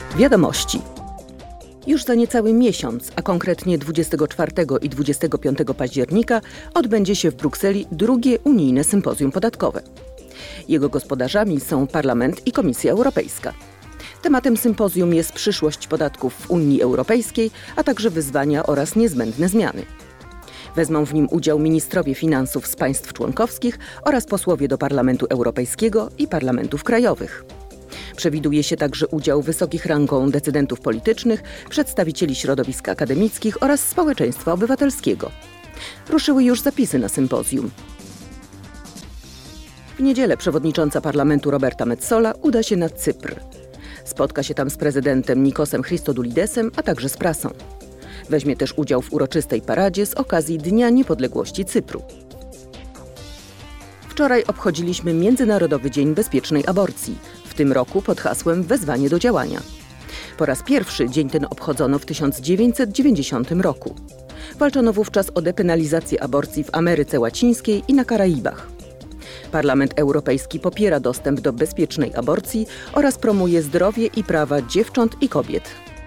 Wiadomości. Już za niecały miesiąc, a konkretnie 24 i 25 października odbędzie się w Brukseli drugie unijne sympozjum podatkowe. Jego gospodarzami są Parlament i Komisja Europejska. Tematem sympozjum jest przyszłość podatków w Unii Europejskiej, a także wyzwania oraz niezbędne zmiany. Wezmą w nim udział ministrowie finansów z państw członkowskich oraz posłowie do Parlamentu Europejskiego i parlamentów krajowych. Przewiduje się także udział wysokich rangą decydentów politycznych, przedstawicieli środowisk akademickich oraz społeczeństwa obywatelskiego. Ruszyły już zapisy na sympozjum. W niedzielę przewodnicząca parlamentu Roberta Metsola uda się na Cypr. Spotka się tam z prezydentem Nikosem Christodoulidesem, a także z prasą. Weźmie też udział w uroczystej paradzie z okazji Dnia Niepodległości Cypru. Wczoraj obchodziliśmy Międzynarodowy Dzień Bezpiecznej Aborcji, w tym roku pod hasłem Wezwanie do działania. Po raz pierwszy dzień ten obchodzono w 1990 roku. Walczono wówczas o depenalizację aborcji w Ameryce Łacińskiej i na Karaibach. Parlament Europejski popiera dostęp do bezpiecznej aborcji oraz promuje zdrowie i prawa dziewcząt i kobiet.